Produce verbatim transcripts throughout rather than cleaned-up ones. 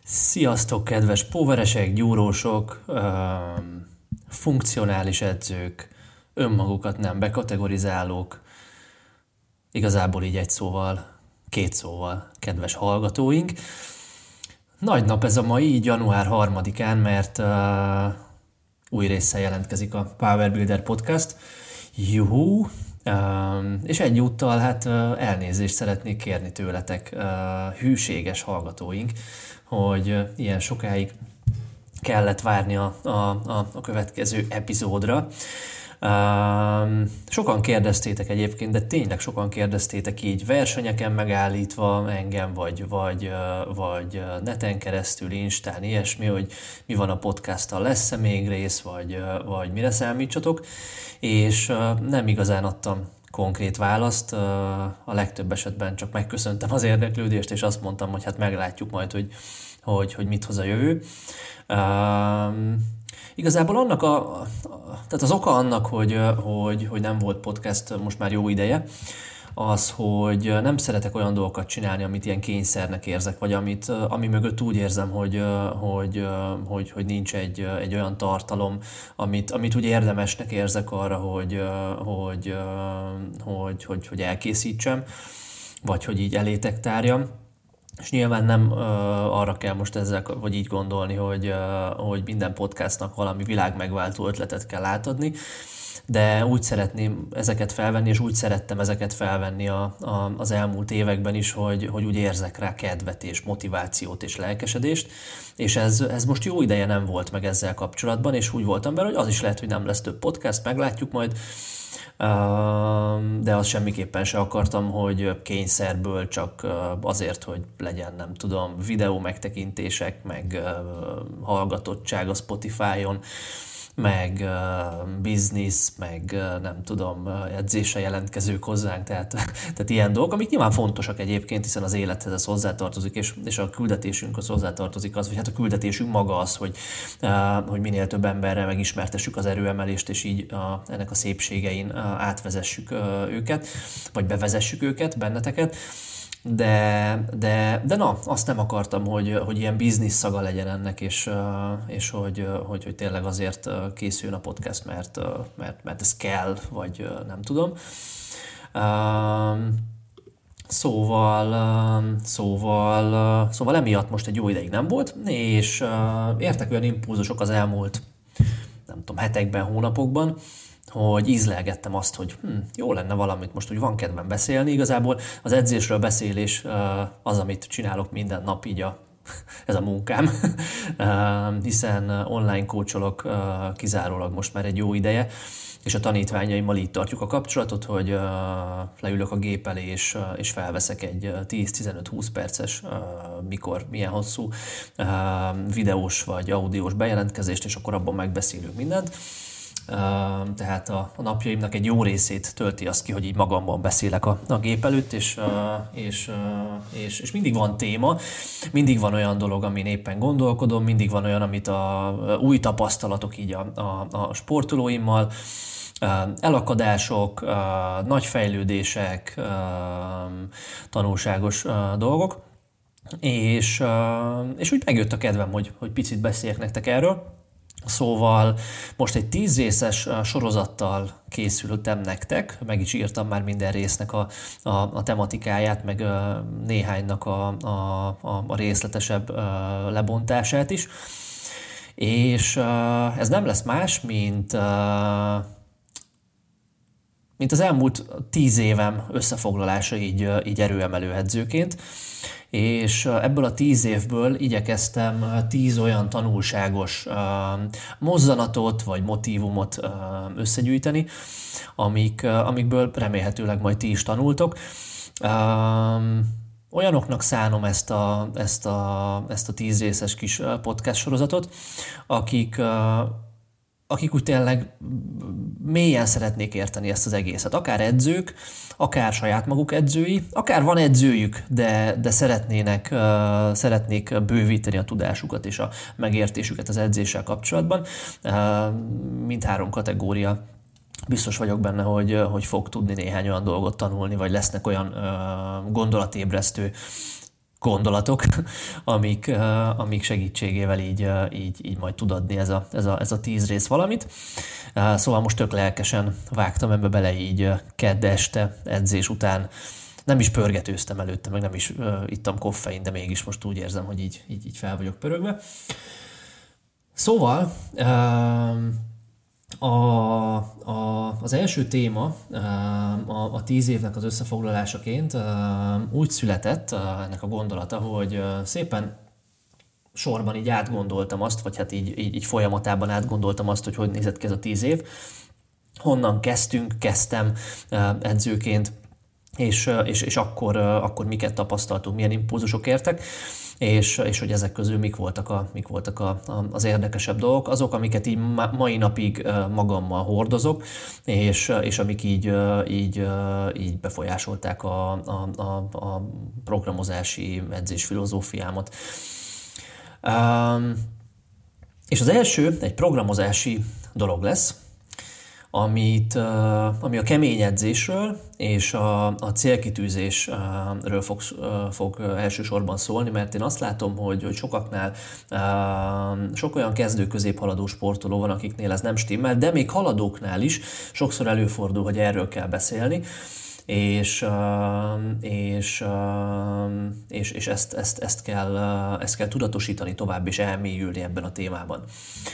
Sziasztok, kedves póveresek, gyúrósok, funkcionális edzők, önmagukat nem bekategorizálók, igazából így egy szóval, két szóval, kedves hallgatóink. Nagy nap ez a mai, így január harmadikán, mert uh, új résszel jelentkezik a Power Builder Podcast. Juhú! Uh, és egyúttal hát uh, elnézést szeretnék kérni tőletek, uh, hűséges hallgatóink, hogy uh, ilyen sokáig kellett várni a, a, a, a következő epizódra. Uh, sokan kérdeztétek egyébként, de tényleg sokan kérdeztétek így versenyeken megállítva engem, vagy, vagy, uh, vagy uh, neten keresztül, Instán, ilyesmi, hogy mi van a podcasttal, lesz-e még rész, vagy, uh, vagy mire számítsatok, és uh, nem igazán adtam konkrét választ, uh, a legtöbb esetben csak megköszöntem az érdeklődést, és azt mondtam, hogy hát meglátjuk majd, hogy, hogy, hogy mit hoz a jövő. Uh, Igazából annak a, a, tehát az oka annak, hogy, hogy, hogy nem volt podcast most már jó ideje, az, hogy nem szeretek olyan dolgokat csinálni, amit ilyen kényszernek érzek, vagy amit, ami mögött úgy érzem, hogy, hogy, hogy, hogy nincs egy, egy olyan tartalom, amit, amit úgy érdemesnek érzek arra, hogy, hogy, hogy, hogy, hogy elkészítsem, vagy hogy így elétek tárjam. És nyilván nem uh, arra kell most ezzel, vagy így gondolni, hogy, uh, hogy minden podcastnak valami világmegváltó ötletet kell átadni, de úgy szeretném ezeket felvenni, és úgy szerettem ezeket felvenni a, a, az elmúlt években is, hogy, hogy úgy érzek rá kedvet és motivációt és lelkesedést, és ez, ez most jó ideje nem volt meg ezzel kapcsolatban, és úgy voltam vele, hogy az is lehet, hogy nem lesz több podcast, meglátjuk majd, de azt semmiképpen se akartam, hogy kényszerből csak azért, hogy legyen, nem tudom, videó megtekintések, meg hallgatottság a Spotify-on, meg uh, biznisz, meg uh, nem tudom, uh, edzésre jelentkezők hozzánk, tehát, tehát ilyen dolgok, amik nyilván fontosak egyébként, hiszen az élethez ez hozzátartozik, és, és a küldetésünkhöz hozzátartozik az, vagy hát a küldetésünk maga az, hogy, uh, hogy minél több emberrel megismertessük az erőemelést, és így a, ennek a szépségein uh, átvezessük uh, őket, vagy bevezessük őket, benneteket. De, de, de na, azt nem akartam, hogy, hogy ilyen biznisz szaga legyen ennek, és, és hogy, hogy, hogy tényleg azért készüljön a podcast, mert, mert, mert ez kell, vagy nem tudom. Szóval, szóval, szóval emiatt most egy jó ideig nem volt, és értek olyan impulzusok az elmúlt, nem tudom, hetekben, hónapokban, hogy ízlelgettem azt, hogy hm, jó lenne valamit, most úgy van kedvem beszélni. Igazából az edzésről beszélés az, amit csinálok minden nap, így a, ez a munkám, hiszen online coacholok kizárólag most már egy jó ideje, és a tanítványaimmal így tartjuk a kapcsolatot, hogy leülök a gép elé, és, és felveszek egy tíz-tizenöt-húsz perces, mikor, milyen hosszú videós vagy audiós bejelentkezést, és akkor abban megbeszélünk mindent. Uh, tehát a, a napjaimnak egy jó részét tölti azt ki, hogy így magamban beszélek a, a gép előtt, és, uh, és, uh, és, és mindig van téma, mindig van olyan dolog, amin éppen gondolkodom, mindig van olyan, amit a, a új tapasztalatok így a, a, a sportolóimmal, uh, elakadások, uh, nagy fejlődések, uh, tanulságos uh, dolgok, és, uh, és úgy megjött a kedvem, hogy, hogy picit beszéljek nektek erről. Szóval most egy tíz részes sorozattal készültem nektek, meg is írtam már minden résznek a, a, a tematikáját, meg néhánynak a, a, a részletesebb lebontását is. És ez nem lesz más, mint, mint az elmúlt tíz évem összefoglalása így, így erőemelő edzőként. És ebből a tíz évből igyekeztem tíz olyan tanulságos uh, mozzanatot vagy motívumot uh, összegyűjteni, amik, uh, amikből remélhetőleg majd ti is tanultok. Uh, olyanoknak szánom ezt a, ezt a, ezt a tíz részes kis podcast sorozatot, akik uh, akik úgy tényleg mélyen szeretnék érteni ezt az egészet. Akár edzők, akár saját maguk edzői, akár van edzőjük, de, de szeretnének, uh, szeretnék bővíteni a tudásukat és a megértésüket az edzéssel kapcsolatban. Uh, mindhárom kategória. Biztos vagyok benne, hogy, hogy fog tudni néhány olyan dolgot tanulni, vagy lesznek olyan uh, gondolatébresztő gondolatok, amik, amik segítségével így, így, így majd tud adni ez a, ez, a, ez a tíz rész valamit. Szóval most tök lelkesen vágtam ebbe bele így kedd este edzés után. Nem is pörgetőztem előtte, meg nem is uh, ittam koffein, de mégis most úgy érzem, hogy így, így, így fel vagyok pörögve. Szóval uh, a, a, az első téma uh, a, a tíz évnek az összefoglalásaként uh, úgy született uh, ennek a gondolata, hogy uh, szépen sorban így átgondoltam azt, vagy hát így, így, így folyamatában átgondoltam azt, hogy hogy nézett ki ez a tíz év. Honnan kezdtünk, kezdtem uh, edzőként, És, és, és akkor, akkor miket tapasztaltunk, milyen impulzusok értek, és, és hogy ezek közül mik voltak, a, mik voltak a, a, az érdekesebb dolgok, azok, amiket így mai napig magammal hordozok, és, és amik így, így, így befolyásolták a, a, a, a programozási edzés filozófiámat. Um, és az első egy programozási dolog lesz, amit, ami a kemény edzésről és a, a célkitűzésről fog, fog elsősorban szólni, mert én azt látom, hogy, hogy sokaknál sok olyan kezdő középhaladó sportoló van, akiknél ez nem stimmel, de még haladóknál is sokszor előfordul, hogy erről kell beszélni, és, és, és, és ezt, ezt, ezt, kell, ezt kell tudatosítani tovább, és elmélyülni ebben a témában.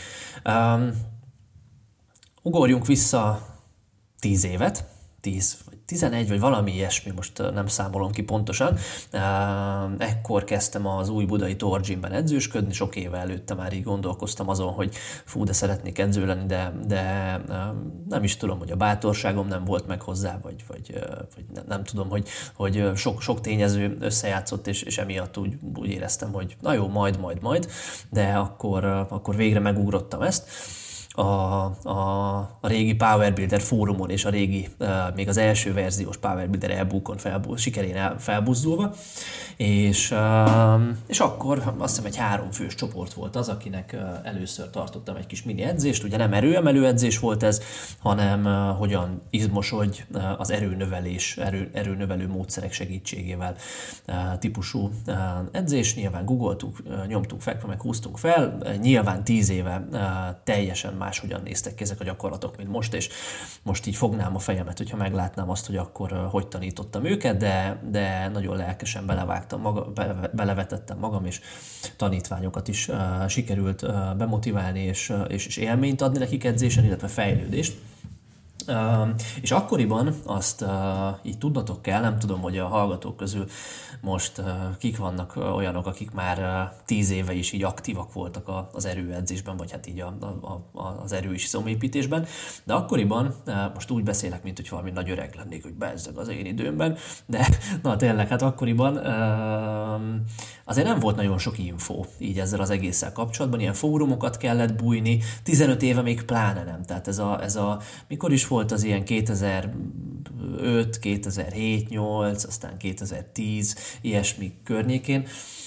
Ugorjunk vissza tíz évet, tíz vagy tizenegy, vagy valami ilyesmi, most nem számolom ki pontosan. Ekkor kezdtem az új budai Tor Gymben edzősködni, sok éve előtte már így gondolkoztam azon, hogy fú, de szeretnék edző lenni, de, de nem is tudom, hogy a bátorságom nem volt meg hozzá, vagy, vagy, vagy nem, nem tudom, hogy, hogy sok, sok tényező összejátszott, és, és emiatt úgy, úgy éreztem, hogy na jó, majd, majd, majd, de akkor, akkor végre megugrottam ezt. A, a, a régi Powerbuilder fórumon és a régi, uh, még az első verziós Powerbuilder e-bookon felbú, sikerén el, felbuzdulva, és, uh, és akkor azt hiszem egy három fős csoport volt az, akinek uh, először tartottam egy kis mini edzést, ugye nem erőemelő edzés volt ez, hanem uh, hogyan izmosodj uh, az erőnövelés, erő, erőnövelő módszerek segítségével uh, típusú uh, edzés, nyilván googoltunk, uh, nyomtunk fel, meg húztunk fel, uh, nyilván tíz éve uh, teljesen más máshogyan néztek ki ezek a gyakorlatok, mint most, és most így fognám a fejemet, hogyha meglátnám azt, hogy akkor uh, hogy tanítottam őket, de, de nagyon lelkesen belevágtam, maga, be, belevetettem magam, és tanítványokat is uh, sikerült uh, bemotiválni, és, uh, és, és élményt adni nekik edzésen, illetve fejlődést. Uh, és akkoriban azt uh, így tudnatok kell, nem tudom, hogy a hallgatók közül most uh, kik vannak uh, olyanok, akik már uh, tíz éve is így aktívak voltak a, az erőedzésben, vagy hát így a, a, a, az erő és izomépítésben, de akkoriban, uh, most úgy beszélek, mint hogy valami nagy öreg lennék, hogy bezzeg az én időmben, de na tényleg, hát akkoriban uh, azért nem volt nagyon sok info így ezzel az egésszel kapcsolatban, ilyen fórumokat kellett bújni, tizenöt éve még pláne nem, tehát ez a, ez a mikor is volt az ilyen kétezer-öt, kétezer-hét, nyolc, aztán kétezer-tíz, ilyesmi környékén.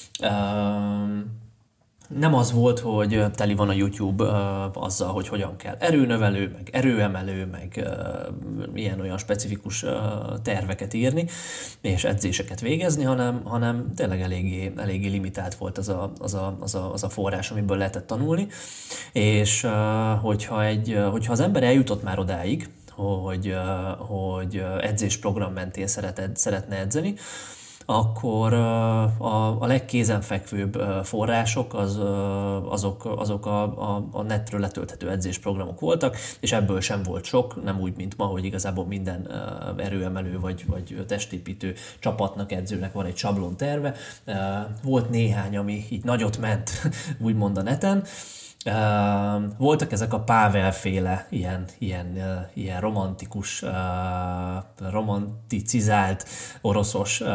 Nem az volt, hogy teli van a YouTube azzal, hogy hogyan kell erőnövelő, meg erőemelő, meg ilyen-olyan specifikus terveket írni, és edzéseket végezni, hanem, hanem tényleg eléggé, eléggé limitált volt az a, az, a, az, a, az a forrás, amiből lehetett tanulni, és hogyha, egy, hogyha az ember eljutott már odáig, hogy, hogy edzésprogram mentén szeret, szeretne edzeni, akkor a, a legkézenfekvőbb források az, azok, azok a, a, a netről letölthető edzésprogramok voltak, és ebből sem volt sok, nem úgy, mint ma, hogy igazából minden erőemelő vagy, vagy testépítő csapatnak, edzőnek van egy sablon terve. Volt néhány, ami így nagyot ment, úgymond a neten. Uh, voltak ezek a Pável-féle ilyen, ilyen, uh, ilyen romantikus, uh, romanticizált, oroszos uh,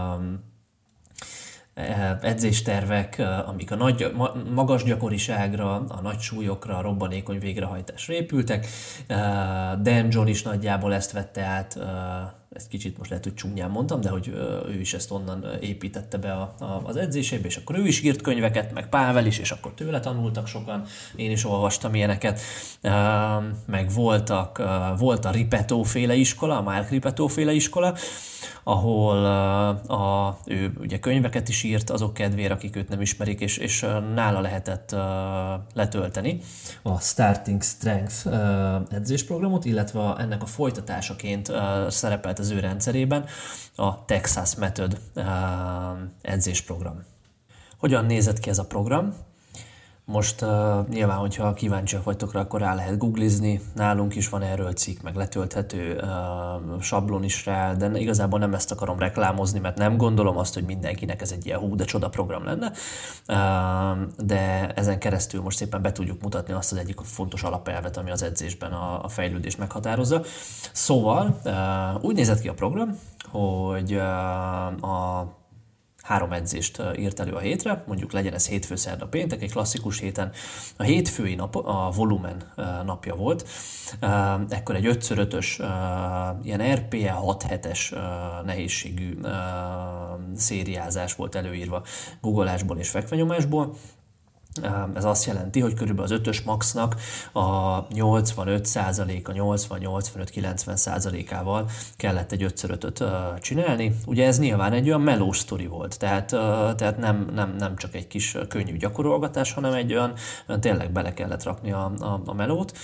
edzéstervek, amik a nagy, magas gyakoriságra, a nagy súlyokra, a robbanékony végrehajtásra épültek. Dan John is nagyjából ezt vette át, ezt kicsit most lehet, hogy csúnyán mondtam, de hogy ő is ezt onnan építette be a, a, az edzésébe, és akkor ő is írt könyveket, meg Pável is, és akkor tőle tanultak sokan, én is olvastam ilyeneket. Meg voltak, volt a Ripetó-féle iskola, a Mark Ripetó-féle iskola, ahol a, ő ugye könyveket is írt azok kedvére, akik őt nem ismerik, és, és nála lehetett letölteni a Starting Strength edzésprogramot, illetve ennek a folytatásaként szerepelt az ő rendszerében a Texas Method edzésprogram. Hogyan nézett ki ez a program? Most uh, nyilván, hogyha kíváncsiak vagytok rá, akkor rá lehet googlizni, nálunk is van erről cikk, meg letölthető uh, sablon is rá, de igazából nem ezt akarom reklámozni, mert nem gondolom azt, hogy mindenkinek ez egy ilyen hú, de csoda program lenne, uh, de ezen keresztül most szépen be tudjuk mutatni azt az egyik fontos alapelvet, ami az edzésben a, a fejlődést meghatározza. Szóval uh, úgy nézett ki a program, hogy uh, a három edzést írt elő a hétre, mondjuk legyen ez hétfő, szerda, péntek, egy klasszikus héten. A hétfői nap a volumen napja volt, ekkor egy öt ötös ilyen er pé e hat hetes nehézségű szériázás volt előírva guggolásból és fekvenyomásból. Ez azt jelenti, hogy körülbelül az ötös maxnak a nyolcvanöt százaléka, nyolcvan-nyolcvanöt-kilencven százalékával kellett egy öt ötöt csinálni. Ugye ez nyilván egy olyan melós sztori volt, tehát, tehát nem, nem, nem csak egy kis könnyű gyakorolgatás, hanem egy olyan, olyan tényleg bele kellett rakni a, a, a melót.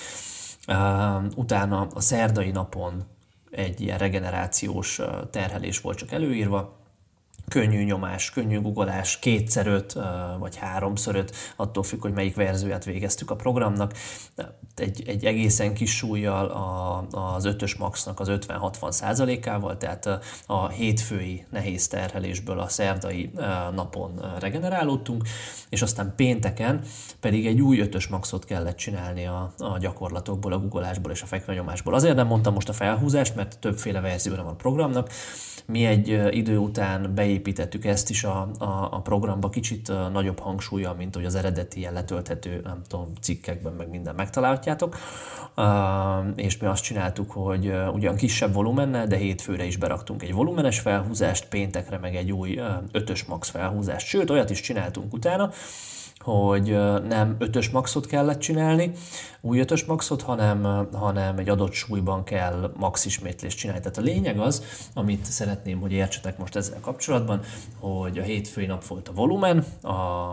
Utána a szerdai napon egy ilyen regenerációs terhelés volt csak előírva, könnyű nyomás, könnyű guggolás, kétszer öt vagy háromszor öt, attól függ, hogy melyik verzióját végeztük a programnak. Egy, egy egészen kis súlyjal a, az ötös maxnak az ötven-hatvan százalékával, tehát a hétfői nehéz terhelésből a szerdai napon regenerálódtunk, és aztán pénteken pedig egy új ötös maxot kellett csinálni a, a gyakorlatokból, a guggolásból és a fekvenyomásból. Azért nem mondtam most a felhúzást, mert többféle verzióra van a programnak. Mi egy idő után beépítettük ezt is a, a, a programba kicsit nagyobb hangsúllyal, mint hogy az eredeti ilyen letölthető, nem tudom, cikkekben meg minden megtalálhatjátok. Uh, és mi azt csináltuk, hogy uh, ugyan kisebb volumennel, de hétfőre is beraktunk egy volumenes felhúzást, péntekre meg egy új uh, ötös max felhúzást. Sőt, olyat is csináltunk utána, hogy nem ötös maxot kellett csinálni, új ötös maxot, hanem, hanem egy adott súlyban kell max ismétlést csinálni. Tehát a lényeg az, amit szeretném, hogy értsetek most ezzel kapcsolatban, hogy a hétfői nap volt a volumen, a,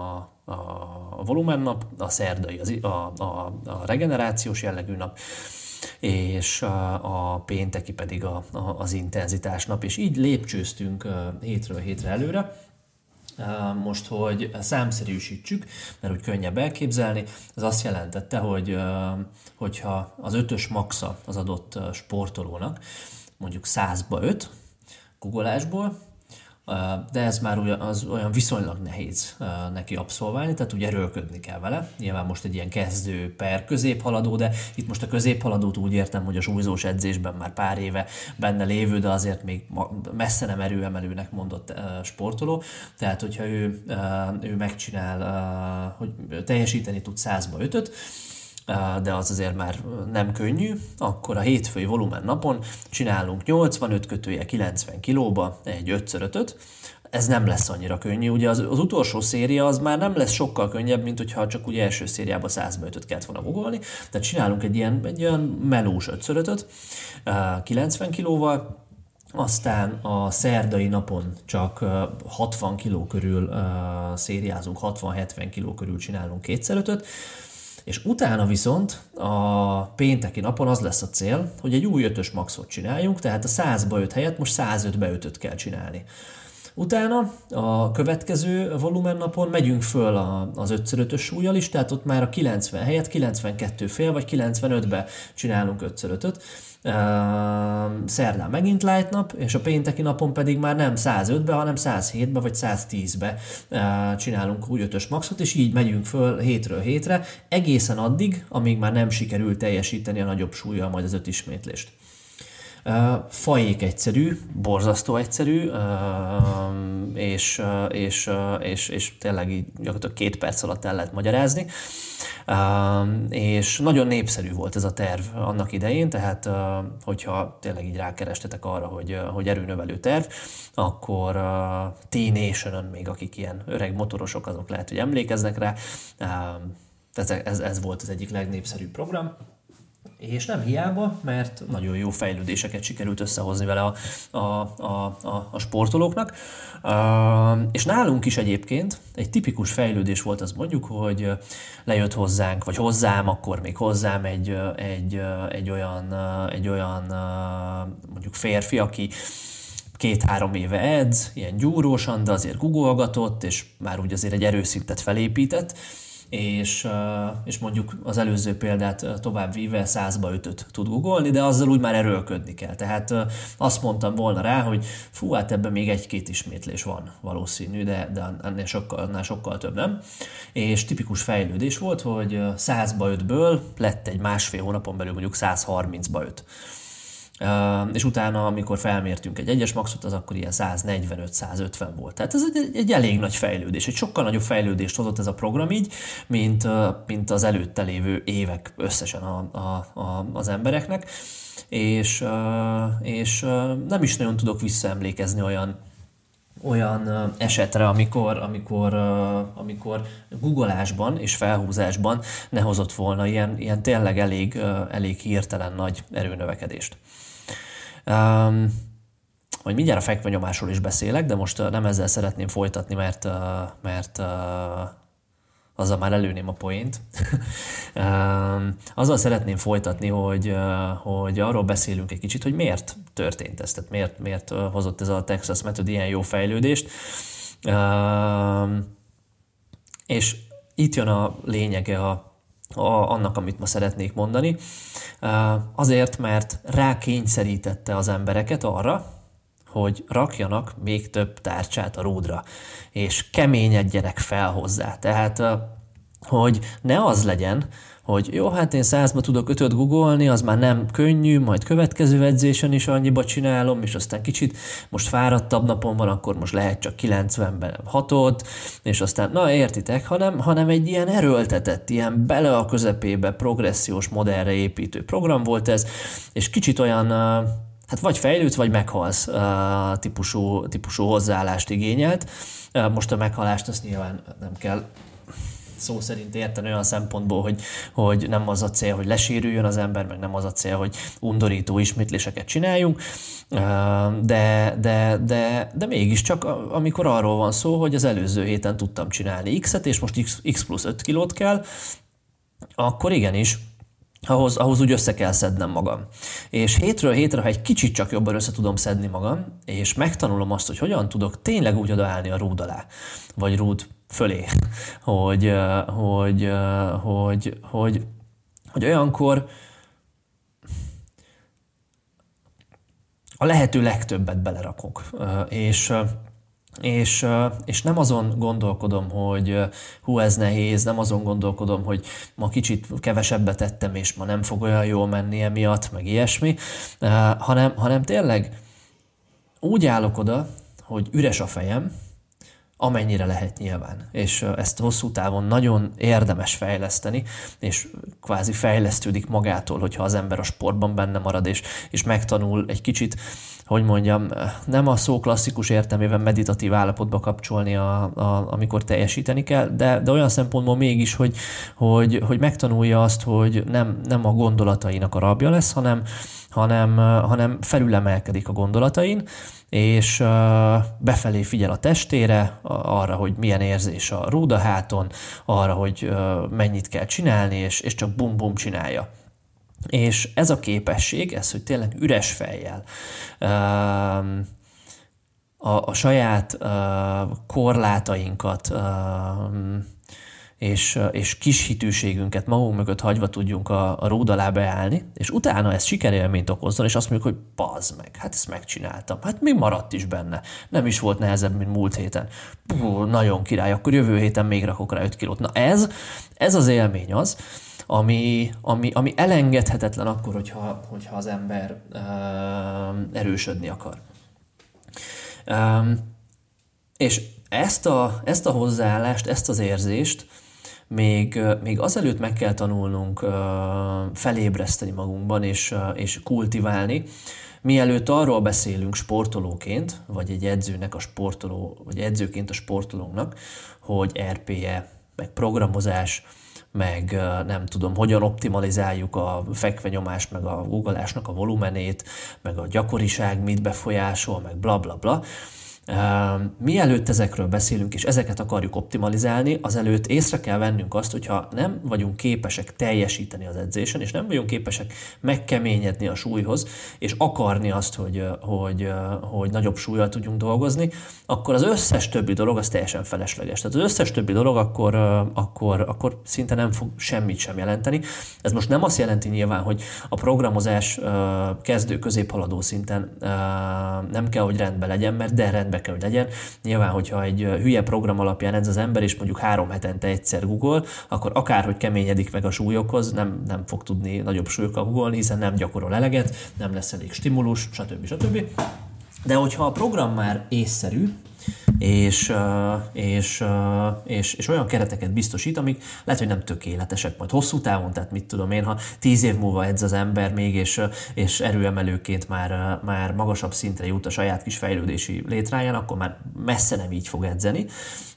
a volumen nap, a szerdai az, a, a, a regenerációs jellegű nap, és a, a pénteki pedig a, a, az intenzitás nap, és így lépcsőztünk hétről hétre előre. Most, hogy számszerűsítsük, mert úgy könnyebb elképzelni, ez azt jelentette, hogy hogyha az ötös maxa az adott sportolónak, mondjuk százba öt guggolásból, de ez már olyan, az olyan viszonylag nehéz neki abszolválni, tehát ugye erőlködni kell vele. Nyilván most egy ilyen kezdő per középhaladó, de itt most a középhaladót úgy értem, hogy a súlyzós edzésben már pár éve benne lévő, de azért még messze nem erőemelőnek mondott sportoló. Tehát, hogyha ő, ő megcsinál, hogy teljesíteni tud százba ötöt, de az azért már nem könnyű, akkor a hétfői volumen napon csinálunk nyolcvanöt kötője kilencven kilóba egy öt ötöt. Ez nem lesz annyira könnyű. Ugye az, az utolsó széria az már nem lesz sokkal könnyebb, mint hogyha csak ugye első szériában százba ötöt kellett volna guggolni. Tehát csinálunk egy ilyen, egy ilyen melós öt ötöt kilencven kilóval, aztán a szerdai napon csak hatvan kiló körül uh, szériázunk, hatvan-hetven kiló körül csinálunk kétszer ötöt, és utána viszont a pénteki napon az lesz a cél, hogy egy új ötös maxot csináljunk, tehát a százba öt helyett most százötbe ötöt kell csinálni. Utána a következő volumen napon megyünk föl az öt ötös súlyjal is, tehát ott már a kilencven helyett kilencvenkettő fél vagy kilencvenötbe csinálunk öt ötöt. Uh, szerdán megint light nap, és a pénteki napon pedig már nem százötbe, hanem százhétbe vagy száztízbe uh, csinálunk új ötös maxot, és így megyünk föl hétről hétre, egészen addig, amíg már nem sikerül teljesíteni a nagyobb súllyal majd az öt ismétlést. Uh, fajék egyszerű, borzasztó egyszerű, uh, és, uh, és, uh, és, és tényleg így gyakorlatilag két perc alatt el lehet magyarázni. Uh, és nagyon népszerű volt ez a terv annak idején, tehát uh, hogyha tényleg így rákerestetek arra, hogy, uh, hogy erőnövelő terv, akkor uh, T-Nation-ön még akik ilyen öreg motorosok, azok lehet, hogy emlékeznek rá. Uh, ez, ez, ez volt az egyik legnépszerűbb program. És nem hiába, mert nagyon jó fejlődéseket sikerült összehozni vele a, a, a, a, a sportolóknak. Uh, és nálunk is egyébként egy tipikus fejlődés volt az mondjuk, hogy lejött hozzánk, vagy hozzám, akkor még hozzám egy, egy, egy olyan, egy olyan mondjuk férfi, aki két-három éve edz, ilyen gyúrósan, de azért googolgatott, és már úgy azért egy erőszintet felépített, és, és mondjuk az előző példát tovább víve százba ötöt tud googolni, de azzal úgy már erőlködni kell. Tehát azt mondtam volna rá, hogy fú, hát ebben még egy-két ismétlés van valószínű, de, de annál sokkal, annál sokkal több nem. És tipikus fejlődés volt, hogy százba ötből lett egy másfél hónapon belül mondjuk százharmincba öt. Uh, és utána, amikor felmértünk egy egyes maxot, az akkor ilyen száznegyvenöt-százötven volt. Tehát ez egy, egy elég nagy fejlődés, egy sokkal nagyobb fejlődést hozott ez a program így, mint, uh, mint az előtte lévő évek összesen a, a, a, az embereknek, és, uh, és uh, nem is nagyon tudok visszaemlékezni olyan olyan esetre, amikor, amikor, amikor googolásban és felhúzásban ne hozott volna ilyen, ilyen tényleg elég, elég hirtelen nagy erőnövekedést. Um, majd mindjárt a fekvenyomásról is beszélek, de most nem ezzel szeretném folytatni, mert, mert azzal már előném a poént. Azzal szeretném folytatni, hogy, hogy arról beszélünk egy kicsit, hogy miért történt ez, tehát miért, miért hozott ez a Texas Method ilyen jó fejlődést. És itt jön a lényege a, a, annak, amit ma szeretnék mondani. Azért, mert rákényszerítette az embereket arra, hogy rakjanak még több tárcsát a rúdra, és keményedjenek fel hozzá. Tehát, hogy ne az legyen, hogy jó, hát én százba tudok ötöt googolni, az már nem könnyű, majd következő edzésen is annyiba csinálom, és aztán kicsit most fáradtabb napon van, akkor most lehet csak kilencvenben hatot, és aztán, na értitek, hanem, hanem egy ilyen erőltetett, ilyen bele a közepébe progressziós modellre építő program volt ez, és kicsit olyan, hát vagy fejlődsz, vagy meghalsz típusú, típusú hozzáállást igényelt. Most a meghalást azt nyilván nem kell szó szerint érteni olyan szempontból, hogy, hogy nem az a cél, hogy lesérüljön az ember, meg nem az a cél, hogy undorító ismétléseket csináljunk, de, de, de, de mégiscsak amikor arról van szó, hogy az előző héten tudtam csinálni X-et, és most X, X plusz öt kilót kell, akkor igenis, Ahhoz, ahhoz úgy össze kell szednem magam. És hétről hétre, ha egy kicsit csak jobban össze tudom szedni magam, és megtanulom azt, hogy hogyan tudok tényleg úgy odaállni a rúd alá, vagy rúd fölé, hogy, hogy, hogy, hogy, hogy olyankor a lehető legtöbbet belerakok. És És, és nem azon gondolkodom, hogy hú, ez nehéz, nem azon gondolkodom, hogy ma kicsit kevesebbet tettem, és ma nem fog olyan jól menni emiatt, meg ilyesmi, hanem, hanem tényleg úgy állok oda, hogy üres a fejem, amennyire lehet nyilván. És ezt hosszú távon nagyon érdemes fejleszteni, és kvázi fejlesztődik magától, hogyha az ember a sportban benne marad, és, és megtanul egy kicsit, hogy mondjam, nem a szó klasszikus értelmében meditatív állapotba kapcsolni, a, a, amikor teljesíteni kell, de, de olyan szempontból mégis, hogy, hogy, hogy megtanulja azt, hogy nem, nem a gondolatainak a rabja lesz, hanem, hanem, hanem felülemelkedik a gondolatain, és befelé figyel a testére, arra, hogy milyen érzés a rúd a háton, arra, hogy mennyit kell csinálni, és, és csak bum-bum csinálja. És ez a képesség, ez, hogy tényleg üres fejjel, a, a saját korlátainkat és, és kis hitűségünket magunk mögött hagyva tudjunk a, a rúd alá beállni, és utána ez sikerélményt okozzon, és azt mondjuk, hogy bazd meg, hát ezt megcsináltam, hát még maradt is benne, nem is volt nehezebb, mint múlt héten. Puh, nagyon király, akkor jövő héten még rakok rá öt kilót. Na ez, ez az élmény az, ami, ami, ami elengedhetetlen akkor, hogyha, hogyha az ember uh, erősödni akar. Um, és ezt a, ezt a hozzáállást, ezt az érzést még, még azelőtt meg kell tanulnunk uh, felébreszteni magunkban, és, uh, és kultiválni, mielőtt arról beszélünk sportolóként, vagy egy edzőnek a sportoló, vagy edzőként a sportolónknak, hogy er pé e, meg programozás, meg nem tudom, hogyan optimalizáljuk a fekvenyomást, meg a guggolásnak a volumenét, meg a gyakoriság mit befolyásol, meg bla bla bla. Mielőtt ezekről beszélünk, és ezeket akarjuk optimalizálni, azelőtt észre kell vennünk azt, hogyha nem vagyunk képesek teljesíteni az edzésen, és nem vagyunk képesek megkeményedni a súlyhoz, és akarni azt, hogy, hogy, hogy nagyobb súllyal tudjunk dolgozni, akkor az összes többi dolog az teljesen felesleges. Tehát az összes többi dolog akkor, akkor, akkor szinte nem fog semmit sem jelenteni. Ez most nem azt jelenti nyilván, hogy a programozás kezdő középhaladó szinten nem kell, hogy rendben legyen, mert de rendben kell, hogy legyen. Nyilván, hogyha egy hülye program alapján edz az ember, és mondjuk három hetente egyszer Google, akkor akárhogy keményedik meg a súlyokhoz, nem, nem fog tudni nagyobb súlyokkal googolni, hiszen nem gyakorol eleget, nem lesz elég stimulus, stb. stb. De hogyha a program már észszerű, és, és, és, és olyan kereteket biztosít, amik lehet, hogy nem tökéletesek majd hosszú távon, tehát mit tudom én, ha tíz év múlva edz az ember még, és, és erőemelőként már, már magasabb szintre jut a saját kis fejlődési létráján, akkor már messze nem így fog edzeni,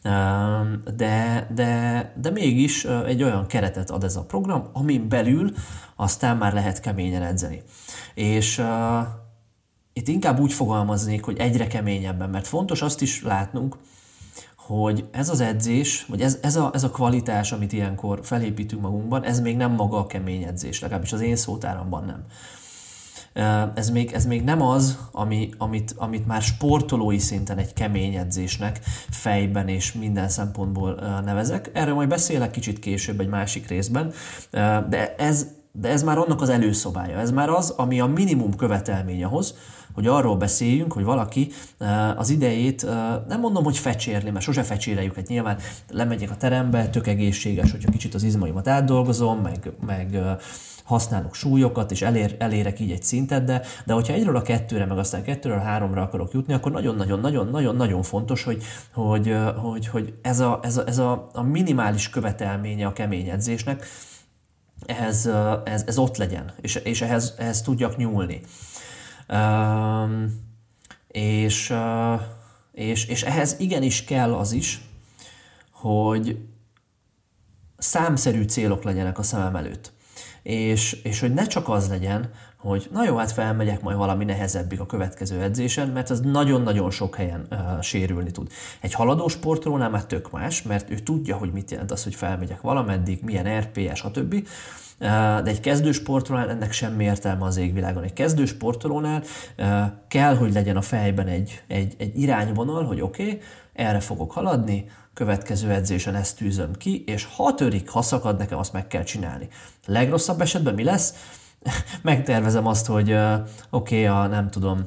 de, de, de mégis egy olyan keretet ad ez a program, amin belül aztán már lehet keményen edzeni. És itt inkább úgy fogalmaznék, hogy egyre keményebben, mert fontos azt is látnunk, hogy ez az edzés, vagy ez, ez, a, ez a kvalitás, amit ilyenkor felépítünk magunkban, ez még nem maga a kemény edzés, legalábbis az én szótáramban nem. Ez még, ez még nem az, ami, amit, amit már sportolói szinten egy kemény edzésnek fejben és minden szempontból nevezek. Erről majd beszélek kicsit később egy másik részben, de ez, de ez már annak az előszobája. Ez már az, ami a minimum követelmény ahhoz, hogy arról beszéljünk, hogy valaki az idejét, nem mondom, hogy fecsérli, mert sose fecséreljük, hát nyilván lemegyek a terembe, tök egészséges, hogyha kicsit az izmaimat átdolgozom, meg, meg használok súlyokat, és elér, elérek így egy szintet, de, de hogyha egyről a kettőre, meg aztán kettőről a háromra akarok jutni, akkor nagyon-nagyon-nagyon-nagyon fontos, hogy, hogy, hogy, hogy ez, a, ez, a, ez a, a minimális követelménye a kemény edzésnek, ez, ez, ez ott legyen, és, és ehhez, ehhez tudjak nyúlni. Uh, és, uh, és, és ehhez igenis kell az is, hogy számszerű célok legyenek a szemem előtt. És, és hogy ne csak az legyen, hogy na jó, hát felmegyek majd valami nehezebbig a következő edzésen, mert az nagyon-nagyon sok helyen uh, sérülni tud. Egy haladó sportolónál már tök más, mert ő tudja, hogy mit jelent az, hogy felmegyek valameddig, milyen er pé es, stb. De egy kezdő sportolónál ennek semmi értelme az égvilágon. Egy kezdő sportolónál kell, hogy legyen a fejben egy, egy, egy irányvonal, hogy oké, okay, erre fogok haladni, következő edzésen ezt tűzöm ki, és ha törik, ha szakad, nekem azt meg kell csinálni. Legrosszabb esetben mi lesz? Megtervezem azt, hogy oké, okay, a nem tudom,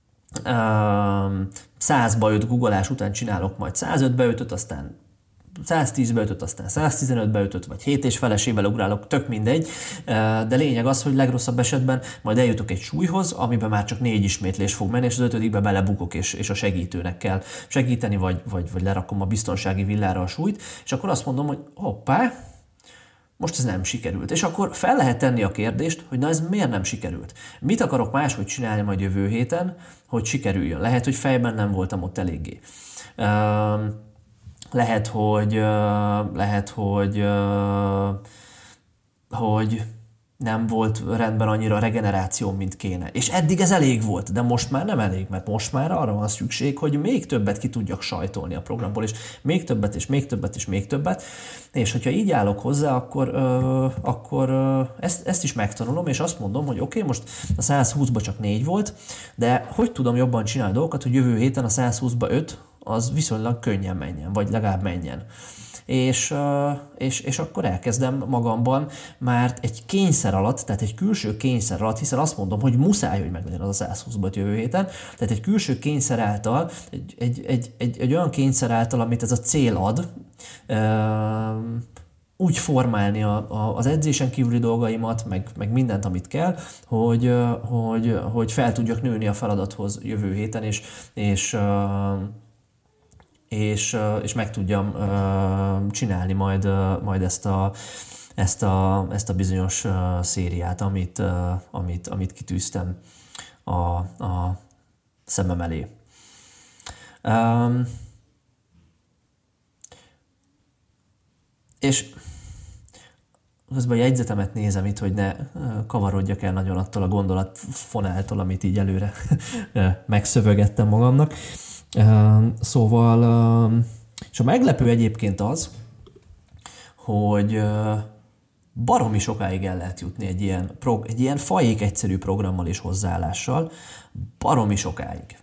százba öt googolás után csinálok majd százötbe ötöt, aztán száztízbe ötöt, aztán száztizenötbe ötöt, vagy hét és felesével ugrálok, tök mindegy, de lényeg az, hogy legrosszabb esetben majd eljutok egy súlyhoz, amiben már csak négy ismétlés fog menni, és az ötödikbe belebukok, és, és a segítőnek kell segíteni, vagy, vagy, vagy lerakom a biztonsági villára a súlyt, és akkor azt mondom, hogy hoppá, most ez nem sikerült. És akkor fel lehet tenni a kérdést, hogy na ez miért nem sikerült? Mit akarok máshogy csinálni majd jövő héten, hogy sikerüljön? Lehet, hogy fejben nem voltam ott eléggé. Lehet, hogy, lehet, hogy, hogy nem volt rendben annyira a regeneráció, mint kéne. És eddig ez elég volt, de most már nem elég, mert most már arra van szükség, hogy még többet ki tudjak sajtolni a programból, és még többet, és még többet, és még többet. És hogyha így állok hozzá, akkor, ö, akkor ö, ezt, ezt is megtanulom, és azt mondom, hogy oké, okay, most a százhúszba csak négy volt, de hogy tudom jobban csinálni dolgokat, hogy jövő héten a százhúszba öt, az viszonylag könnyen menjen, vagy legalább menjen. És, és, és akkor elkezdem magamban már egy kényszer alatt, tehát egy külső kényszer alatt, hiszen azt mondom, hogy muszáj, hogy meglegyen az a százhúszba jövő héten, tehát egy külső kényszer által, egy, egy, egy, egy, egy olyan kényszer által, amit ez a cél ad, úgy formálni a, a, az edzésen kívüli dolgaimat, meg, meg mindent, amit kell, hogy, hogy, hogy fel tudjak nőni a feladathoz jövő héten, és, és És, és meg tudjam uh, csinálni majd, uh, majd ezt, a, ezt, a, ezt a bizonyos uh, szériát, amit, uh, amit, amit kitűztem a, a szemem elé. Um, és közben a jegyzetemet nézem itt, hogy ne kavarodjak el nagyon attól a gondolatfonáltól, amit így előre megszövögettem magamnak. Szóval, és a meglepő egyébként az, hogy baromi sokáig el lehet jutni egy ilyen, egy ilyen fajék egyszerű programmal és hozzáállással, baromi sokáig.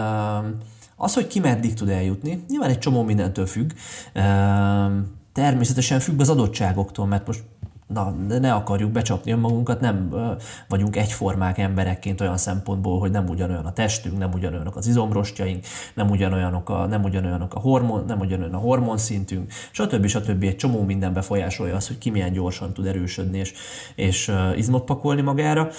Az, hogy ki meddig tud eljutni, nyilván egy csomó mindentől függ, természetesen függ az adottságoktól, mert most na, ne akarjuk becsapni önmagunkat, nem vagyunk egyformák emberekként olyan szempontból, hogy nem ugyanolyan a testünk, nem ugyanolyanok az izomrostjaink, nem ugyanolyanok a, nem ugyanolyanok a hormon, nem ugyanolyan a hormonszintünk, stb. stb. Egy csomó minden befolyásolja az, hogy ki milyen gyorsan tud erősödni és, és izmot pakolni magára,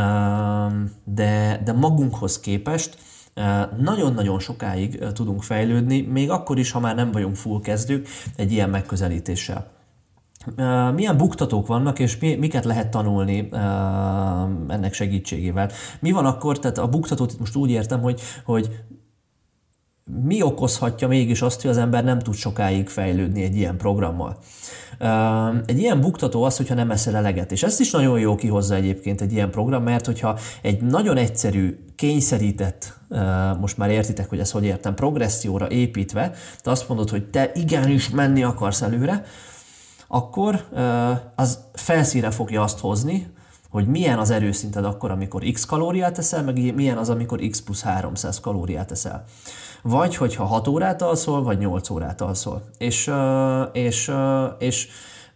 de, de magunkhoz képest nagyon-nagyon sokáig tudunk fejlődni, még akkor is, ha már nem vagyunk full kezdők egy ilyen megközelítéssel. Milyen buktatók vannak, és mi, miket lehet tanulni ennek segítségével? Mi van akkor, tehát a buktatót most úgy értem, hogy, hogy mi okozhatja mégis azt, hogy az ember nem tud sokáig fejlődni egy ilyen programmal. Egy ilyen buktató az, hogyha nem eszel eleget, és ezt is nagyon jó kihozza egyébként egy ilyen program, mert hogyha egy nagyon egyszerű, kényszerített, most már értitek, hogy ezt hogy értem, progresszióra építve, te azt mondod, hogy te igenis menni akarsz előre, akkor az felszínre fogja azt hozni, hogy milyen az erőszinted akkor, amikor x kalóriát eszel, meg milyen az, amikor x plusz háromszáz kalóriát eszel. Vagy hogyha hat órát alszol, vagy nyolc órát alszol. És, és, és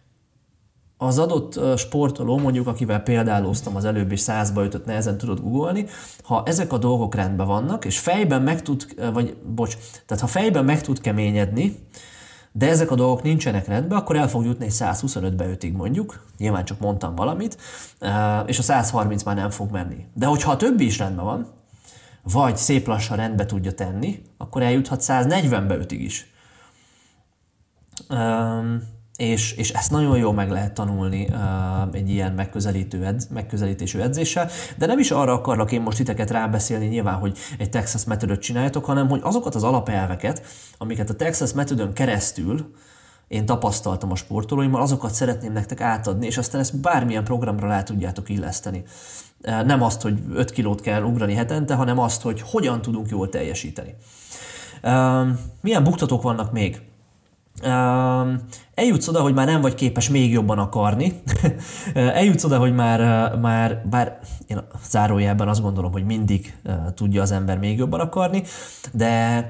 az adott sportoló, mondjuk akivel példálóztam az előbb, és százba ütött, nehezen tudod googolni, ha ezek a dolgok rendben vannak, és fejben meg tud, vagy bocs, tehát ha fejben meg tud keményedni, de ezek a dolgok nincsenek rendben, akkor el fog jutni egy száz huszonöt beötig mondjuk, nyilván csak mondtam valamit, és a száz harminc már nem fog menni. De hogyha a többi is rendben van, vagy szép lassan rendbe tudja tenni, akkor eljuthat száz negyven beötig is. És, és ezt nagyon jól meg lehet tanulni uh, egy ilyen megközelítő edz, megközelítésű edzéssel, de nem is arra akarlak én most titeket rábeszélni nyilván, hogy egy Texas Methodot csináljatok, hanem hogy azokat az alapelveket, amiket a Texas Methodon keresztül én tapasztaltam a sportolóimmal, azokat szeretném nektek átadni, és aztán ezt bármilyen programra rá tudjátok illeszteni. Uh, nem azt, hogy öt kilót kell ugrani hetente, hanem azt, hogy hogyan tudunk jól teljesíteni. Uh, milyen buktatók vannak még? Uh, eljutsz oda, hogy már nem vagy képes még jobban akarni. Eljutsz oda, hogy már, már, bár én a zárójelben azt gondolom, hogy mindig uh, tudja az ember még jobban akarni, de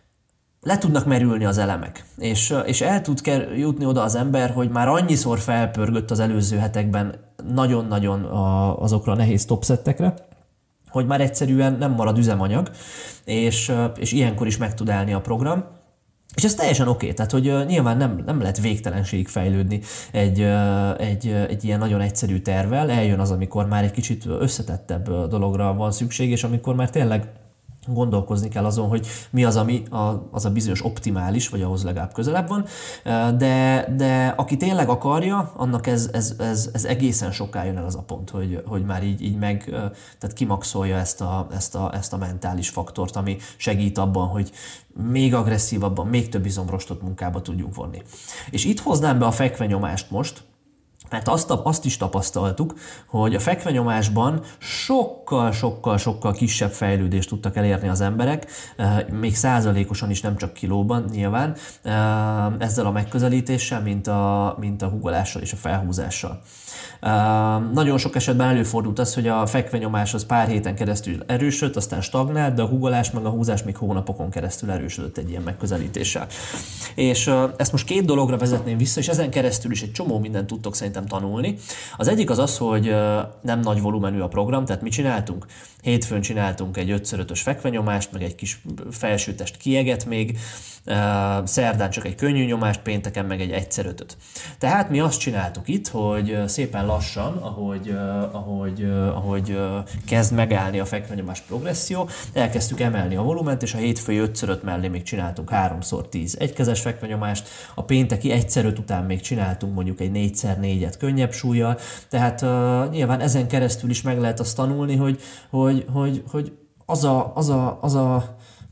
le tudnak merülni az elemek, és, és el tud jutni oda az ember, hogy már annyiszor felpörgött az előző hetekben nagyon-nagyon a, azokra a nehéz topszettekre, hogy már egyszerűen nem marad üzemanyag, és, és ilyenkor is meg tud állni a program. És ez teljesen oké, okay. Tehát hogy uh, nyilván nem, nem lehet végtelenségig fejlődni egy, uh, egy, uh, egy ilyen nagyon egyszerű tervvel, eljön az, amikor már egy kicsit összetettebb uh, dologra van szükség, és amikor már tényleg gondolkozni kell azon, hogy mi az, ami a, az a bizonyos optimális, vagy ahhoz legalább közelebb van, de, de aki tényleg akarja, annak ez, ez, ez, ez egészen soká jön el az a pont, hogy, hogy már így, így meg, tehát kimaxolja ezt a, ezt, a, ezt a mentális faktort, ami segít abban, hogy még agresszívabban, még több izomrostot munkába tudjunk vonni. És itt hoznám be a fekvenyomást most, mert azt, azt is tapasztaltuk, hogy a fekvenyomásban sokkal-sokkal-sokkal kisebb fejlődést tudtak elérni az emberek, még százalékosan is, nem csak kilóban nyilván, ezzel a megközelítéssel, mint a, mint a húgolással és a felhúzással. Nagyon sok esetben előfordult az, hogy a fekvenyomás az pár héten keresztül erősödött, aztán stagnált, de a húgolás meg a húzás még hónapokon keresztül erősödött egy ilyen megközelítéssel. És ezt most két dologra vezetném vissza, és ezen keresztül is egy csomó mindent tudtok szerintem tanulni. Az egyik az az, hogy nem nagy volumenű a program, tehát mit csináltunk? Hétfőn csináltunk egy öt ötös fekvenyomást, meg egy kis felsőtest kieget még, szerdán csak egy könnyű nyomást, pénteken meg egy egyszer ötöt. Tehát mi azt csináltuk itt, hogy szépen lassan, ahogy, ahogy, ahogy kezd megállni a fekvenyomás progresszió, elkezdtük emelni a volument, és a hétfői öt öt mellé még csináltunk háromszor tíz egykezes fekvenyomást, a pénteki egyszer öt után még csináltunk mondjuk egy négyszer négyet könnyebb súllyal, tehát uh, nyilván ezen keresztül is meg lehet azt tanulni, hogy, hogy, hogy, hogy az, a, az, a, az a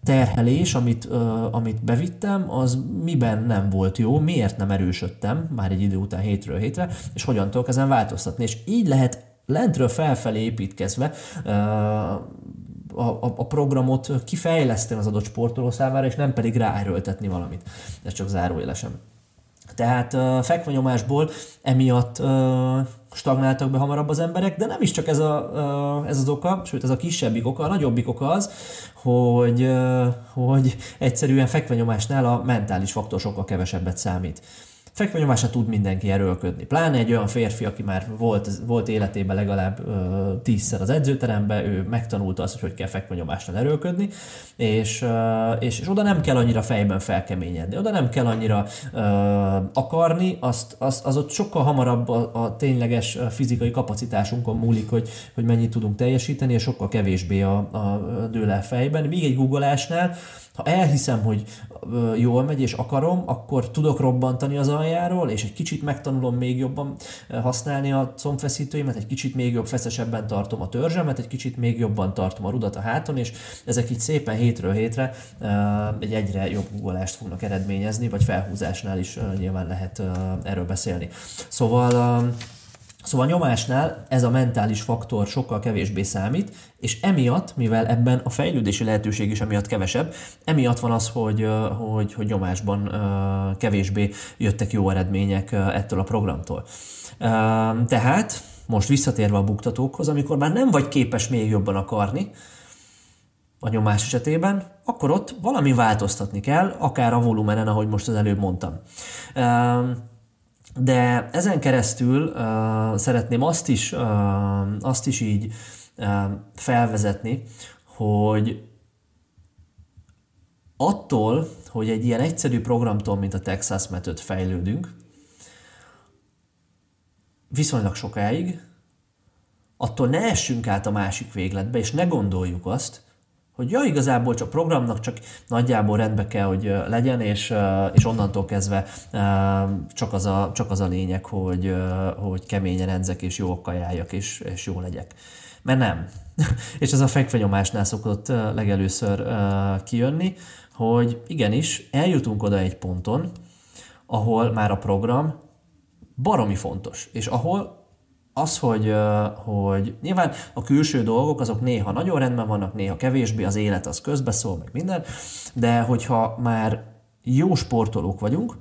terhelés, amit, uh, amit bevittem, az miben nem volt jó, miért nem erősödtem már egy idő után hétről hétre, és hogyan tudok ezen változtatni. És így lehet lentről felfelé építkezve uh, a, a, a programot kifejleszteni az adott sportoló számára, és nem pedig ráerőltetni valamit. Ez csak zárójelesen. Tehát uh, fekvanyomásból emiatt uh, stagnáltak be hamarabb az emberek, de nem is csak ez, a, uh, ez az oka, sőt ez a kisebbik oka, a nagyobbik oka az, hogy, uh, hogy egyszerűen fekvanyomásnál a mentális faktor sokkal kevesebbet számít. Fekvanyomásra tud mindenki erőlködni. Pláne egy olyan férfi, aki már volt, volt életében legalább ö, tízszer az edzőteremben, ő megtanulta azt, hogy hogy kell fekvanyomásra erőlködni, és, ö, és, és oda nem kell annyira fejben felkeményedni, oda nem kell annyira ö, akarni, azt, az, az ott sokkal hamarabb a, a tényleges fizikai kapacitásunkon múlik, hogy, hogy mennyit tudunk teljesíteni, és sokkal kevésbé a, a dől fejben. Míg egy googolásnál, ha elhiszem, hogy jól megy és akarom, akkor tudok robbantani az aljáról, és egy kicsit megtanulom még jobban használni a combfeszítőimet, egy kicsit még jobb feszesebben tartom a törzsemet, egy kicsit még jobban tartom a rudat a háton, és ezek így szépen hétről hétre egy egyre jobb guggolást fognak eredményezni, vagy felhúzásnál is nyilván lehet erről beszélni. Szóval Szóval nyomásnál ez a mentális faktor sokkal kevésbé számít, és emiatt, mivel ebben a fejlődési lehetőség is emiatt kevesebb, emiatt van az, hogy, hogy, hogy nyomásban kevésbé jöttek jó eredmények ettől a programtól. Tehát most visszatérve a buktatókhoz, amikor már nem vagy képes még jobban akarni a nyomás esetében, akkor ott valami változtatni kell, akár a volumenen, ahogy most az előbb mondtam. De ezen keresztül uh, szeretném azt is, uh, azt is így uh, felvezetni, hogy attól, hogy egy ilyen egyszerű programtól, mint a Texas Method fejlődünk, viszonylag sokáig, attól ne essünk át a másik végletbe, és ne gondoljuk azt, hogy ja, igazából csak programnak csak nagyjából rendbe kell, hogy legyen, és, és onnantól kezdve csak az a, csak az a lényeg, hogy, hogy keményen edzek, és jól kajáljak, és, és jó legyek. Mert nem. És ez a fekvenyomásnál szokott legelőször kijönni, hogy igenis, eljutunk oda egy ponton, ahol már a program baromi fontos, és ahol az, hogy, hogy nyilván a külső dolgok azok néha nagyon rendben vannak, néha kevésbé, az élet az közbeszól, meg minden, de hogyha már jó sportolók vagyunk,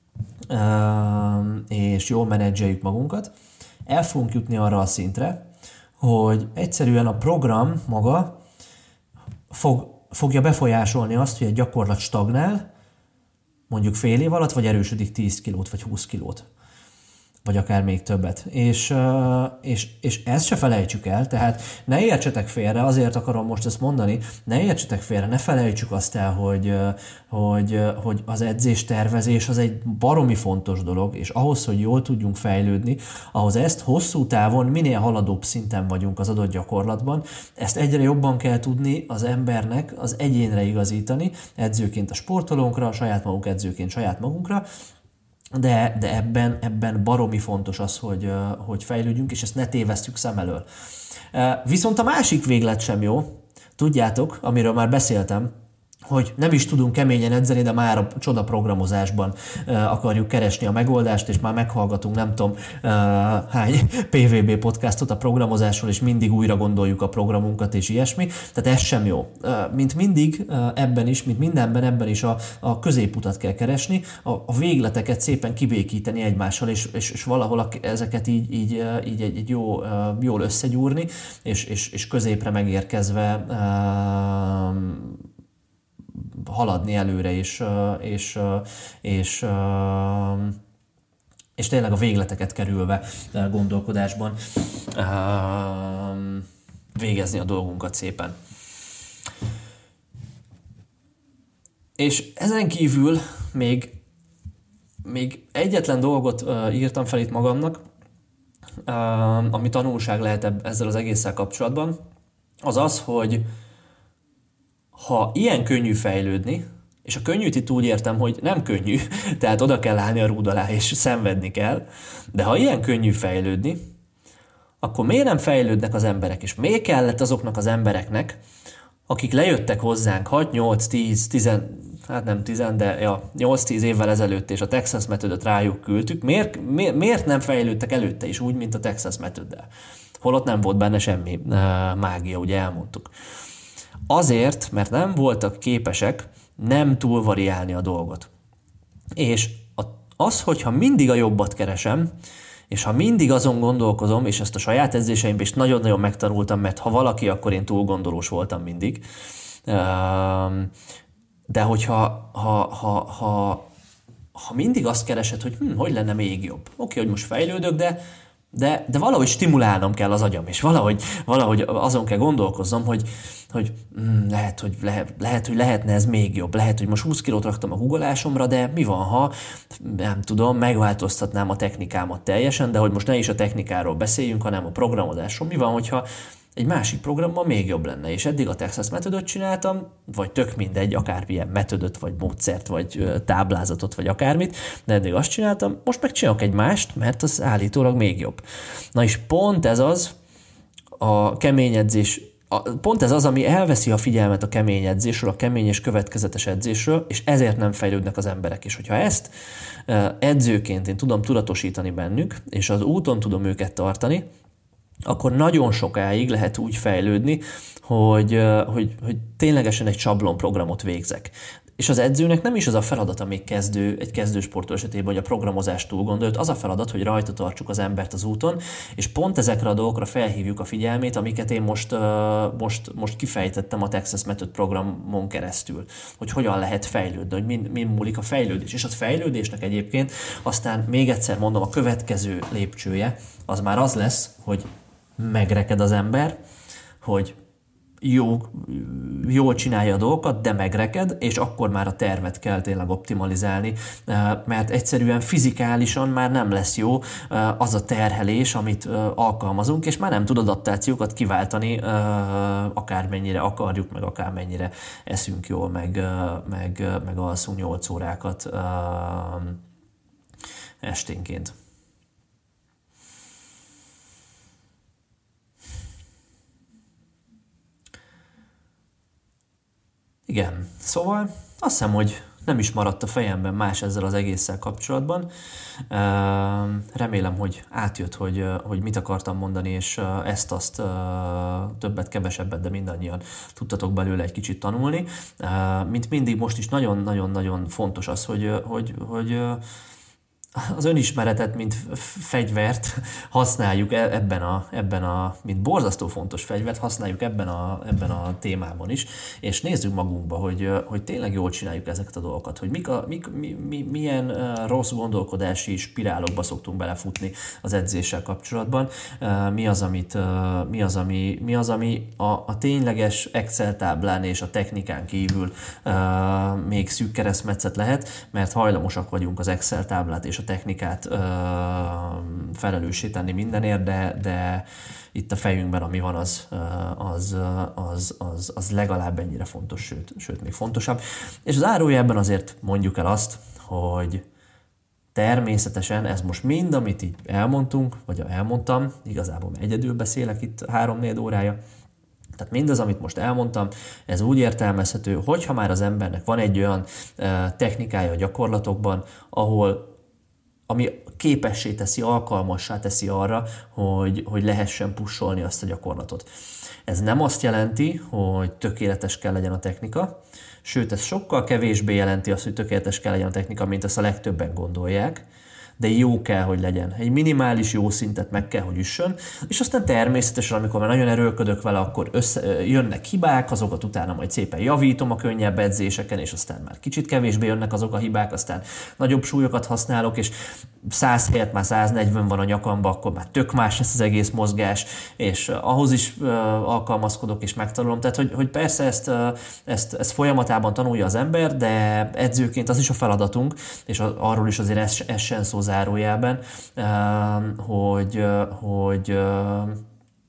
és jól menedzseljük magunkat, el fogunk jutni arra a szintre, hogy egyszerűen a program maga fog, fogja befolyásolni azt, hogy egy gyakorlat stagnál, mondjuk fél év alatt, vagy erősödik tíz kilót, vagy húsz kilót. Vagy akár még többet. És, és, és ezt se felejtsük el, tehát ne értsetek félre, azért akarom most ezt mondani, ne értsetek félre, ne felejtsük azt el, hogy, hogy, hogy az edzéstervezés az egy baromi fontos dolog, és ahhoz, hogy jól tudjunk fejlődni, ahhoz ezt hosszú távon, minél haladóbb szinten vagyunk az adott gyakorlatban, ezt egyre jobban kell tudni az embernek az egyénre igazítani, edzőként a sportolónkra, a saját magunk edzőként saját magunkra, De, de ebben, ebben baromi fontos az, hogy, hogy fejlődjünk, és ezt ne tévesztjük szem elől. Viszont a másik véglet sem jó. Tudjátok, amiről már beszéltem, hogy nem is tudunk keményen edzeni, de már a csoda programozásban uh, akarjuk keresni a megoldást, és már meghallgatunk nem tudom uh, hány pé vé bé podcastot a programozásról, és mindig újra gondoljuk a programunkat, és ilyesmi. Tehát ez sem jó. Uh, mint mindig uh, ebben is, mint mindenben ebben is a, a középutat kell keresni, a, a végleteket szépen kibékíteni egymással, és, és, és valahol a, ezeket így, így, így egy, egy jó, uh, jól összegyúrni, és, és, és középre megérkezve uh, haladni előre, és, és, és, és tényleg a végleteket kerülve gondolkodásban végezni a dolgunkat szépen. És ezen kívül még, még egyetlen dolgot írtam fel itt magamnak, ami tanulság lehet ezzel az egésszel kapcsolatban, az az, hogy ha ilyen könnyű fejlődni, és a könnyűt itt úgy értem, hogy nem könnyű, tehát oda kell állni a rúd alá, és szenvedni kell, de ha ilyen könnyű fejlődni, akkor miért nem fejlődnek az emberek, és miért kellett azoknak az embereknek, akik lejöttek hozzánk hat, nyolc, tíz, tíz, hát nem tíz, de ja, nyolc-tíz évvel ezelőtt, és a Texas Methodot rájuk küldtük, miért, miért, miért nem fejlődtek előtte is úgy, mint a Texas Metoddel? Holott nem volt benne semmi uh, mágia, ugye elmondtuk. Azért, mert nem voltak képesek nem túl variálni a dolgot. És az, hogyha mindig a jobbat keresem, és ha mindig azon gondolkozom, és ezt a saját edzéseimben is nagyon-nagyon megtanultam, mert ha valaki, akkor én túl gondolós voltam mindig. De hogyha ha, ha, ha, ha mindig azt keresed, hogy hm, hogy lenne még jobb. Oké, hogy most fejlődök, de De, de valahogy stimulálnom kell az agyam, és valahogy, valahogy azon kell gondolkoznom, hogy, hogy mm, lehet, hogy lehet, lehet, hogy lehetne ez még jobb. Lehet, hogy most húsz kilót raktam a hugolásomra, de mi van, ha nem tudom, megváltoztatnám a technikámat teljesen, de hogy most ne is a technikáról beszéljünk, hanem a programozásról. Mi van, hogyha egy másik programban még jobb lenne, és eddig a Texas Methodot csináltam, vagy tök mindegy, akármilyen metodot, vagy módszert, vagy táblázatot, vagy akármit, de eddig azt csináltam, most megcsinálok egy mást, mert az állítólag még jobb. Na és pont ez az a kemény edzés, a, pont ez az, ami elveszi a figyelmet a kemény edzésről, a kemény és következetes edzésről, és ezért nem fejlődnek az emberek. És hogyha ezt edzőként én tudom tudatosítani bennük, és az úton tudom őket tartani, akkor nagyon sokáig lehet úgy fejlődni, hogy, hogy, hogy ténylegesen egy sablonprogramot végzek. És az edzőnek nem is az a feladata még kezdő, egy kezdősportoló esetében, hogy a programozást túl gondolt, az a feladat, hogy rajta tartsuk az embert az úton, és pont ezekre a dolgokra felhívjuk a figyelmét, amiket én most, most, most kifejtettem a Texas Method programon keresztül, hogy hogyan lehet fejlődni, hogy min, min múlik a fejlődés. És a fejlődésnek egyébként aztán még egyszer mondom, a következő lépcsője, az már az lesz, hogy megreked az ember, hogy jó, jól csinálja a dolgokat, de megreked, és akkor már a tervet kell tényleg optimalizálni, mert egyszerűen fizikálisan már nem lesz jó az a terhelés, amit alkalmazunk, és már nem tud adaptációkat kiváltani, akármennyire akarjuk, meg akármennyire eszünk jól, meg, meg, meg alszunk nyolc órákat esténként. Igen, szóval azt hiszem, hogy nem is maradt a fejemben más ezzel az egésszel kapcsolatban. Remélem, hogy átjött, hogy, hogy mit akartam mondani, és ezt-azt többet, kevesebbet, de mindannyian tudtatok belőle egy kicsit tanulni. Mint mindig most is nagyon-nagyon-nagyon fontos az, hogy, hogy, hogy az önismeretet, mint fegyvert használjuk ebben a, ebben a, mint borzasztó fontos fegyvert használjuk ebben a, ebben a témában is, és nézzük magunkba, hogy, hogy tényleg jól csináljuk ezeket a dolgokat, hogy mik a, mik, mi, mi, milyen rossz gondolkodási spirálokba szoktunk belefutni az edzéssel kapcsolatban, mi az, amit, mi az, ami, mi az, ami a, a tényleges Excel táblán és a technikán kívül még szűk keresztmetszet lehet, mert hajlamosak vagyunk az Excel táblát és a technikát ö, felelőssé tenni mindenért, de, de itt a fejünkben, ami van, az, az, az, az, az legalább ennyire fontos, sőt, sőt, még fontosabb. És az zárójelben azért mondjuk el azt, hogy természetesen ez most mind, amit így elmondtunk, vagy elmondtam, igazából egyedül beszélek itt három-négy órája, tehát mindaz, amit most elmondtam, ez úgy értelmezhető, hogyha már az embernek van egy olyan technikája a gyakorlatokban, ahol ami képessé teszi, alkalmassá teszi arra, hogy, hogy lehessen pusolni azt a gyakorlatot. Ez nem azt jelenti, hogy tökéletes kell legyen a technika, sőt, ez sokkal kevésbé jelenti azt, hogy tökéletes kell legyen a technika, mint ezt a legtöbben gondolják, de jó kell, hogy legyen. Egy minimális jó szintet meg kell, hogy üssön, és aztán természetesen, amikor már nagyon erőlködök vele, akkor össze, jönnek hibák, azokat utána majd szépen javítom a könnyebb edzéseken, és aztán már kicsit kevésbé jönnek azok a hibák, aztán nagyobb súlyokat használok, és száz helyett már száznegyven van a nyakamba, akkor már tök más lesz az egész mozgás, és ahhoz is uh, alkalmazkodok és megtanulom. Tehát, hogy, hogy persze ezt, uh, ezt, ezt folyamatában tanulja az ember, de edzőként az is a feladatunk, és a, arról is azért ez, ez sem szó zárójelben, uh, hogy, uh, hogy, uh,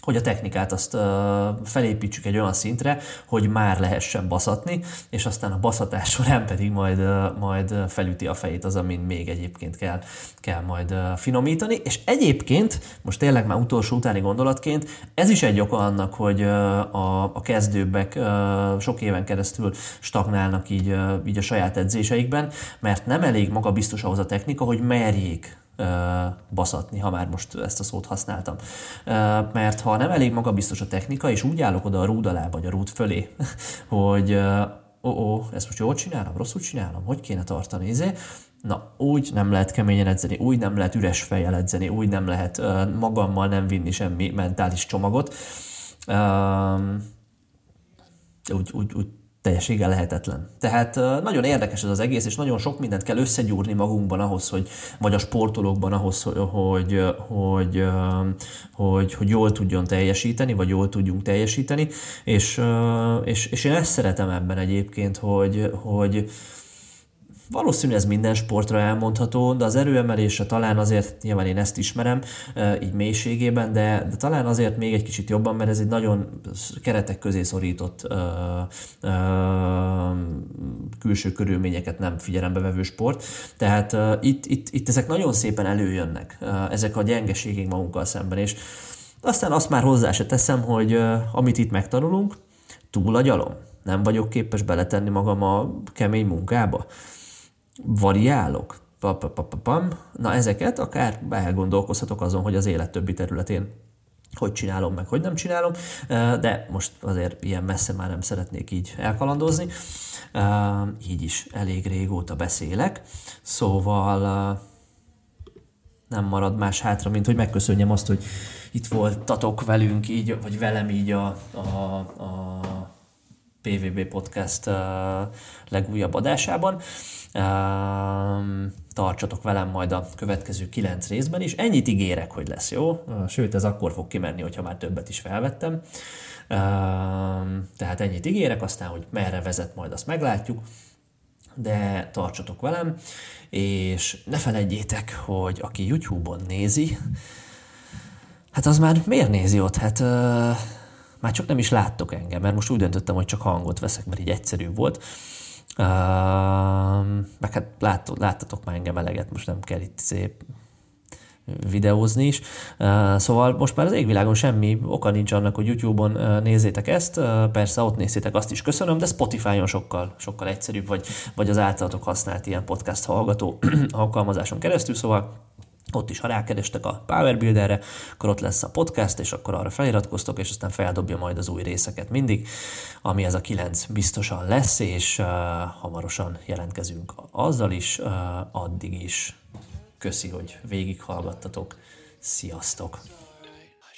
hogy a technikát azt uh, felépítsük egy olyan szintre, hogy már lehessen baszatni, és aztán a baszatás során pedig majd, uh, majd felüti a fejét az, amin még egyébként kell, kell majd uh, finomítani. És egyébként, most tényleg már utolsó utáni gondolatként, ez is egy oka annak, hogy uh, a, a kezdőbbek uh, sok éven keresztül stagnálnak így, uh, így a saját edzéseikben, mert nem elég magabiztos ahhoz a technika, hogy merjék baszatni, ha már most ezt a szót használtam. Mert ha nem elég magabiztos a technika, és úgy állok oda a rúd alá, vagy a rúd fölé, hogy ó, ó, ezt most jól csinálom, rosszul csinálom, hogy kéne tartani, izé? Na, úgy nem lehet keményen edzeni, úgy nem lehet üres fejjel edzeni, úgy nem lehet magammal nem vinni semmi mentális csomagot. Úgy, úgy, úgy teljességgel lehetetlen. Tehát nagyon érdekes ez az egész, és nagyon sok mindent kell összegyúrni magunkban ahhoz, hogy, vagy a sportolókban ahhoz, hogy, hogy, hogy, hogy, hogy jól tudjon teljesíteni, vagy jól tudjunk teljesíteni, és, és, és én ezt szeretem ebben egyébként, hogy, hogy valószínű ez minden sportra elmondható, de az erőemelésre talán azért, nyilván én ezt ismerem így mélységében, de, de talán azért még egy kicsit jobban, mert ez egy nagyon keretek közé szorított ö, ö, külső körülményeket nem figyelembe vevő sport. Tehát ö, itt, itt, itt ezek nagyon szépen előjönnek, ö, ezek a gyengeségek magunkkal szemben, és aztán azt már hozzá se teszem, hogy ö, amit itt megtanulunk, túlagyalom. Nem vagyok képes beletenni magam a kemény munkába. Variálok. Pa-pa-pa-pam. Na ezeket akár elgondolkozhatok azon, hogy az élet többi területén hogy csinálom meg, hogy nem csinálom, de most azért ilyen messze már nem szeretnék így elkalandozni. Így is elég régóta beszélek, szóval nem marad más hátra, mint hogy megköszönjem azt, hogy itt voltatok velünk így, vagy velem így a, a, a pé vé bé Podcast uh, legújabb adásában. Uh, tartsatok velem majd a következő kilenc részben is. Ennyit ígérek, hogy lesz, jó? Uh, sőt, ez akkor fog kimenni, hogyha már többet is felvettem. Uh, tehát ennyit ígérek, aztán, hogy merre vezet, majd azt meglátjuk. De tartsatok velem, és ne feledjétek, hogy aki YouTube-on nézi, hát az már miért nézi ott? Hát... Uh, Már csak nem is láttok engem, mert most úgy döntöttem, hogy csak hangot veszek, mert így egyszerűbb volt. Uh, meg hát lát, láttatok már engem eleget, most nem kell itt szép videózni is. Uh, szóval most már az égvilágon semmi oka nincs annak, hogy YouTube-on uh, nézzétek ezt. Uh, persze ott nézzétek, azt is köszönöm, de Spotify-on sokkal, sokkal egyszerűbb, vagy, vagy az általatok használt ilyen podcast hallgató alkalmazáson keresztül, szóval ott is, ha rákerestek a Power Builderre, akkor ott lesz a podcast, és akkor arra feliratkoztok, és aztán feldobja majd az új részeket mindig, ami ez a kilenc biztosan lesz, és uh, hamarosan jelentkezünk azzal is, uh, addig is. Köszi, hogy végighallgattatok. Sziasztok!